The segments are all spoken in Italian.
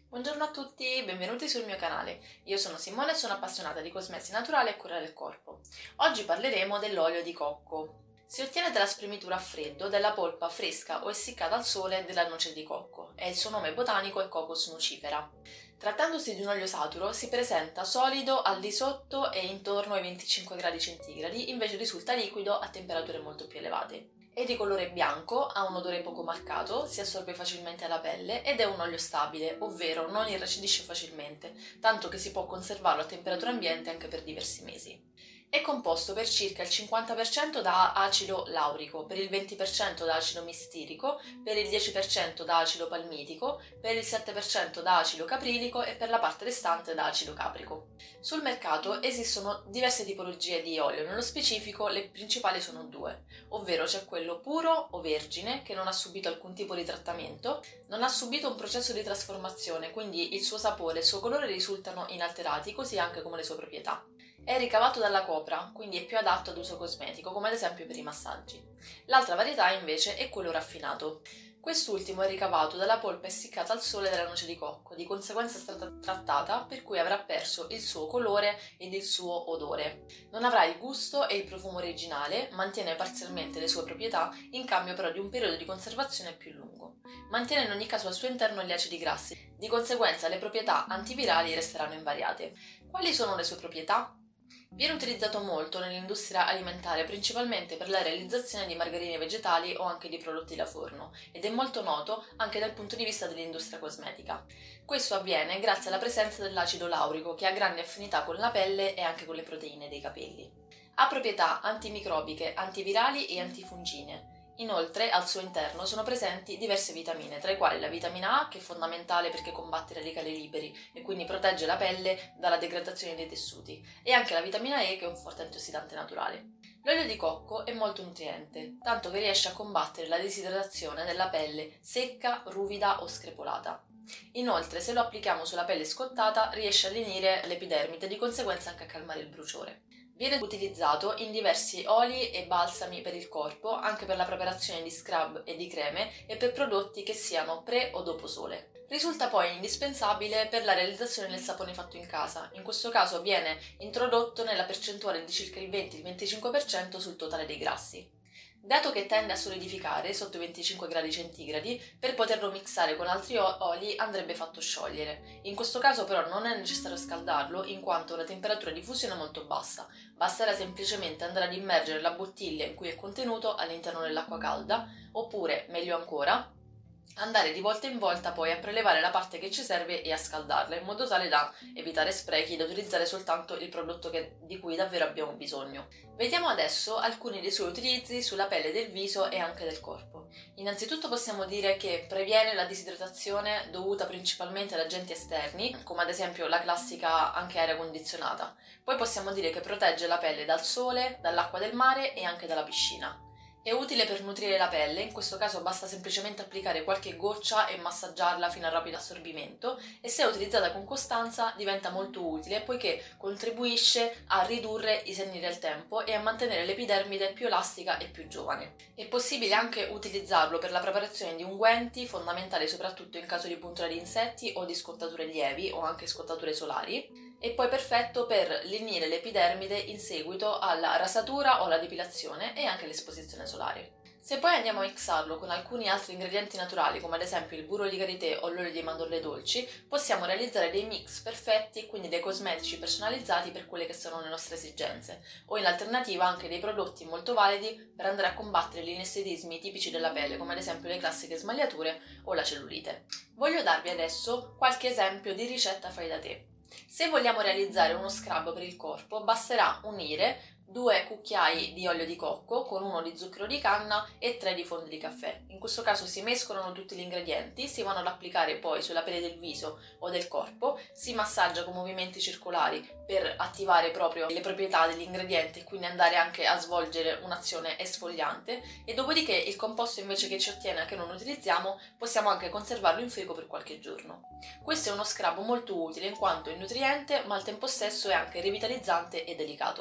Buongiorno a tutti, benvenuti sul mio canale. Io sono Simone e sono appassionata di cosmesi naturale e cura del corpo. Oggi parleremo dell'olio di cocco. Si ottiene dalla spremitura a freddo della polpa fresca o essiccata al sole della noce di cocco e il suo nome botanico è Cocos nucifera. Trattandosi di un olio saturo, si presenta solido al di sotto e intorno ai 25 gradi centigradi, invece risulta liquido a temperature molto più elevate. È di colore bianco, ha un odore poco marcato, si assorbe facilmente alla pelle ed è un olio stabile, ovvero non irracidisce facilmente, tanto che si può conservarlo a temperatura ambiente anche per diversi mesi. È composto per circa il 50% da acido laurico, per il 20% da acido mistirico, per il 10% da acido palmitico, per il 7% da acido caprilico e per la parte restante da acido caprico. Sul mercato esistono diverse tipologie di olio, nello specifico le principali sono due, ovvero c'è quello puro o vergine che non ha subito alcun tipo di trattamento, non ha subito un processo di trasformazione, quindi il suo sapore e il suo colore risultano inalterati, così anche come le sue proprietà. È ricavato dalla copra, quindi è più adatto ad uso cosmetico, come ad esempio per i massaggi. L'altra varietà invece è quello raffinato. Quest'ultimo è ricavato dalla polpa essiccata al sole della noce di cocco, di conseguenza è stata trattata per cui avrà perso il suo colore ed il suo odore. Non avrà il gusto e il profumo originale, mantiene parzialmente le sue proprietà, in cambio però di un periodo di conservazione più lungo. Mantiene in ogni caso al suo interno gli acidi grassi, di conseguenza le proprietà antivirali resteranno invariate. Quali sono le sue proprietà? Viene utilizzato molto nell'industria alimentare, principalmente per la realizzazione di margarine vegetali o anche di prodotti da forno, ed è molto noto anche dal punto di vista dell'industria cosmetica. Questo avviene grazie alla presenza dell'acido laurico, che ha grande affinità con la pelle e anche con le proteine dei capelli. Ha proprietà antimicrobiche, antivirali e antifungine. Inoltre, al suo interno sono presenti diverse vitamine, tra i quali la vitamina A, che è fondamentale perché combatte i radicali liberi e quindi protegge la pelle dalla degradazione dei tessuti, e anche la vitamina E, che è un forte antiossidante naturale. L'olio di cocco è molto nutriente, tanto che riesce a combattere la disidratazione della pelle secca, ruvida o screpolata. Inoltre, se lo applichiamo sulla pelle scottata, riesce a lenire l'epidermide e di conseguenza anche a calmare il bruciore. Viene utilizzato in diversi oli e balsami per il corpo, anche per la preparazione di scrub e di creme e per prodotti che siano pre o dopo sole. Risulta poi indispensabile per la realizzazione del sapone fatto in casa. In questo caso viene introdotto nella percentuale di circa il 20-25% sul totale dei grassi. Dato che tende a solidificare sotto i 25 gradi centigradi, per poterlo mixare con altri oli andrebbe fatto sciogliere. In questo caso però non è necessario scaldarlo, in quanto la temperatura di fusione è molto bassa. Basterà semplicemente andare ad immergere la bottiglia in cui è contenuto all'interno dell'acqua calda, oppure, meglio ancora, andare di volta in volta poi a prelevare la parte che ci serve e a scaldarla, in modo tale da evitare sprechi e da utilizzare soltanto il prodotto di cui davvero abbiamo bisogno. Vediamo adesso alcuni dei suoi utilizzi sulla pelle del viso e anche del corpo. Innanzitutto possiamo dire che previene la disidratazione dovuta principalmente ad agenti esterni, come ad esempio la classica anche aria condizionata. Poi possiamo dire che protegge la pelle dal sole, dall'acqua del mare e anche dalla piscina. È utile per nutrire la pelle, in questo caso basta semplicemente applicare qualche goccia e massaggiarla fino al rapido assorbimento, e se utilizzata con costanza diventa molto utile poiché contribuisce a ridurre i segni del tempo e a mantenere l'epidermide più elastica e più giovane. È possibile anche utilizzarlo per la preparazione di unguenti, fondamentali soprattutto in caso di puntura di insetti o di scottature lievi o anche scottature solari, e poi perfetto per lenire l'epidermide in seguito alla rasatura o alla depilazione e anche l'esposizione solare. Se poi andiamo a mixarlo con alcuni altri ingredienti naturali, come ad esempio il burro di karité o l'olio di mandorle dolci, possiamo realizzare dei mix perfetti, quindi dei cosmetici personalizzati per quelle che sono le nostre esigenze, o in alternativa anche dei prodotti molto validi per andare a combattere gli inesteticismi tipici della pelle, come ad esempio le classiche smagliature o la cellulite. Voglio darvi adesso qualche esempio di ricetta fai da te. Se vogliamo realizzare uno scrub per il corpo, basterà unire 2 cucchiai di olio di cocco con 1 di zucchero di canna e 3 di fondo di caffè. In questo caso si mescolano tutti gli ingredienti, si vanno ad applicare poi sulla pelle del viso o del corpo, si massaggia con movimenti circolari per attivare proprio le proprietà degli ingredienti e quindi andare anche a svolgere un'azione esfoliante, e dopodiché il composto invece che ci ottiene, che non utilizziamo, possiamo anche conservarlo in frigo per qualche giorno. Questo è uno scrub molto utile in quanto è nutriente ma al tempo stesso è anche rivitalizzante e delicato.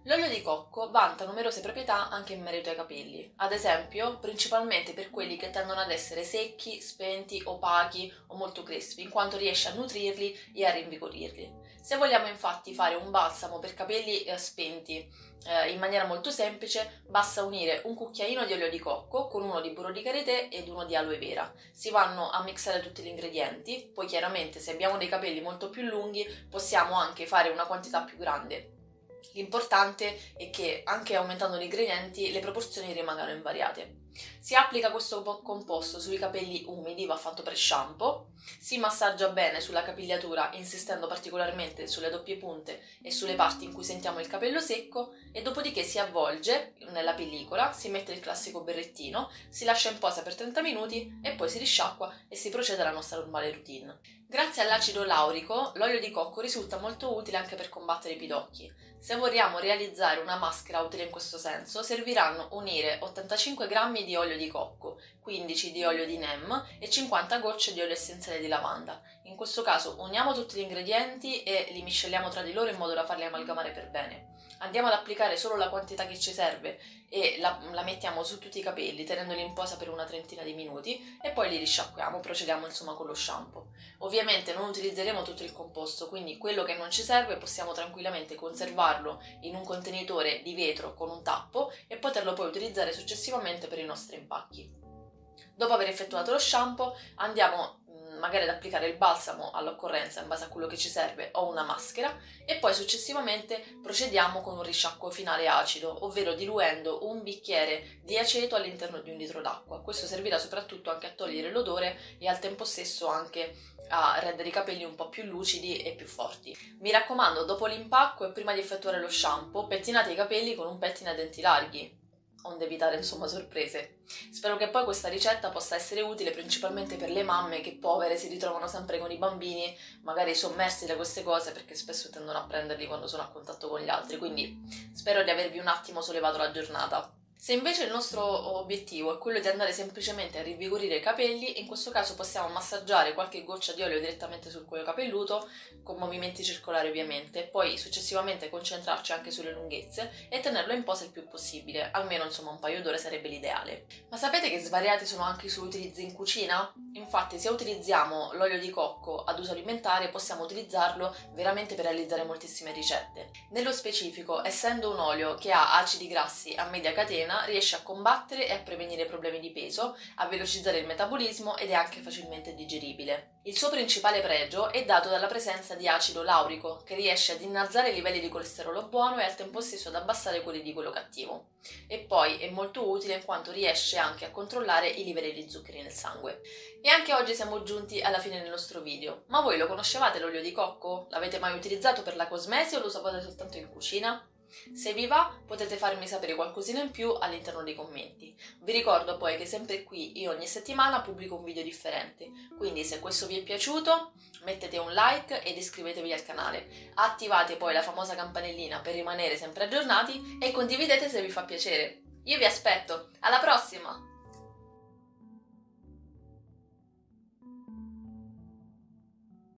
L'olio di cocco vanta numerose proprietà anche in merito ai capelli, ad esempio principalmente per quelli che tendono ad essere secchi, spenti, opachi o molto crespi, in quanto riesce a nutrirli e a rinvigorirli. Se vogliamo infatti fare un balsamo per capelli spenti in maniera molto semplice, basta unire un cucchiaino di olio di cocco con uno di burro di karité ed uno di aloe vera. Si vanno a mixare tutti gli ingredienti, poi chiaramente se abbiamo dei capelli molto più lunghi possiamo anche fare una quantità più grande. L'importante è che anche aumentando gli ingredienti le proporzioni rimangano invariate. Si applica questo composto sui capelli umidi, va fatto pre-shampoo, si massaggia bene sulla capigliatura insistendo particolarmente sulle doppie punte e sulle parti in cui sentiamo il capello secco e dopodiché si avvolge nella pellicola, si mette il classico berrettino, si lascia in posa per 30 minuti e poi si risciacqua e si procede alla nostra normale routine. Grazie all'acido laurico, l'olio di cocco risulta molto utile anche per combattere i pidocchi. Se vogliamo realizzare una maschera utile in questo senso, serviranno unire 85 g di olio di cocco, 15 di olio di neem e 50 gocce di olio essenziale di lavanda. In questo caso uniamo tutti gli ingredienti e li misceliamo tra di loro in modo da farli amalgamare per bene. Andiamo ad applicare solo la quantità che ci serve e la mettiamo su tutti i capelli tenendoli in posa per una trentina di minuti e poi li risciacquiamo, procediamo insomma con lo shampoo. Ovviamente non utilizzeremo tutto il composto, quindi quello che non ci serve possiamo tranquillamente conservarlo in un contenitore di vetro con un tappo e poterlo poi utilizzare successivamente per i nostri impacchi. Dopo aver effettuato lo shampoo andiamo magari ad applicare il balsamo all'occorrenza in base a quello che ci serve o una maschera e poi successivamente procediamo con un risciacquo finale acido, ovvero diluendo un bicchiere di aceto all'interno di un litro d'acqua. Questo servirà soprattutto anche a togliere l'odore e al tempo stesso anche a rendere i capelli un po' più lucidi e più forti. Mi raccomando, dopo l'impacco e prima di effettuare lo shampoo, pettinate i capelli con un pettine a denti larghi, onde evitare insomma sorprese. Spero che poi questa ricetta possa essere utile principalmente per le mamme che povere si ritrovano sempre con i bambini magari sommersi da queste cose perché spesso tendono a prenderli quando sono a contatto con gli altri, quindi spero di avervi un attimo sollevato la giornata. Se invece il nostro obiettivo è quello di andare semplicemente a rinvigorire i capelli, in questo caso possiamo massaggiare qualche goccia di olio direttamente sul cuoio capelluto, con movimenti circolari ovviamente, poi successivamente concentrarci anche sulle lunghezze e tenerlo in posa il più possibile, almeno insomma un paio d'ore sarebbe l'ideale. Ma sapete che svariati sono anche i suoi utilizzi in cucina? Infatti se utilizziamo l'olio di cocco ad uso alimentare possiamo utilizzarlo veramente per realizzare moltissime ricette. Nello specifico, essendo un olio che ha acidi grassi a media catena, riesce a combattere e a prevenire problemi di peso, a velocizzare il metabolismo ed è anche facilmente digeribile. Il suo principale pregio è dato dalla presenza di acido laurico, che riesce ad innalzare i livelli di colesterolo buono e al tempo stesso ad abbassare quelli di quello cattivo. E poi è molto utile in quanto riesce anche a controllare i livelli di zuccheri nel sangue. E anche oggi siamo giunti alla fine del nostro video. Ma voi lo conoscevate l'olio di cocco? L'avete mai utilizzato per la cosmesi o lo usavate soltanto in cucina? Se vi va, potete farmi sapere qualcosina in più all'interno dei commenti. Vi ricordo poi che sempre qui io ogni settimana pubblico un video differente, quindi se questo vi è piaciuto mettete un like ed iscrivetevi al canale. Attivate poi la famosa campanellina per rimanere sempre aggiornati e condividete se vi fa piacere. Io vi aspetto, alla prossima!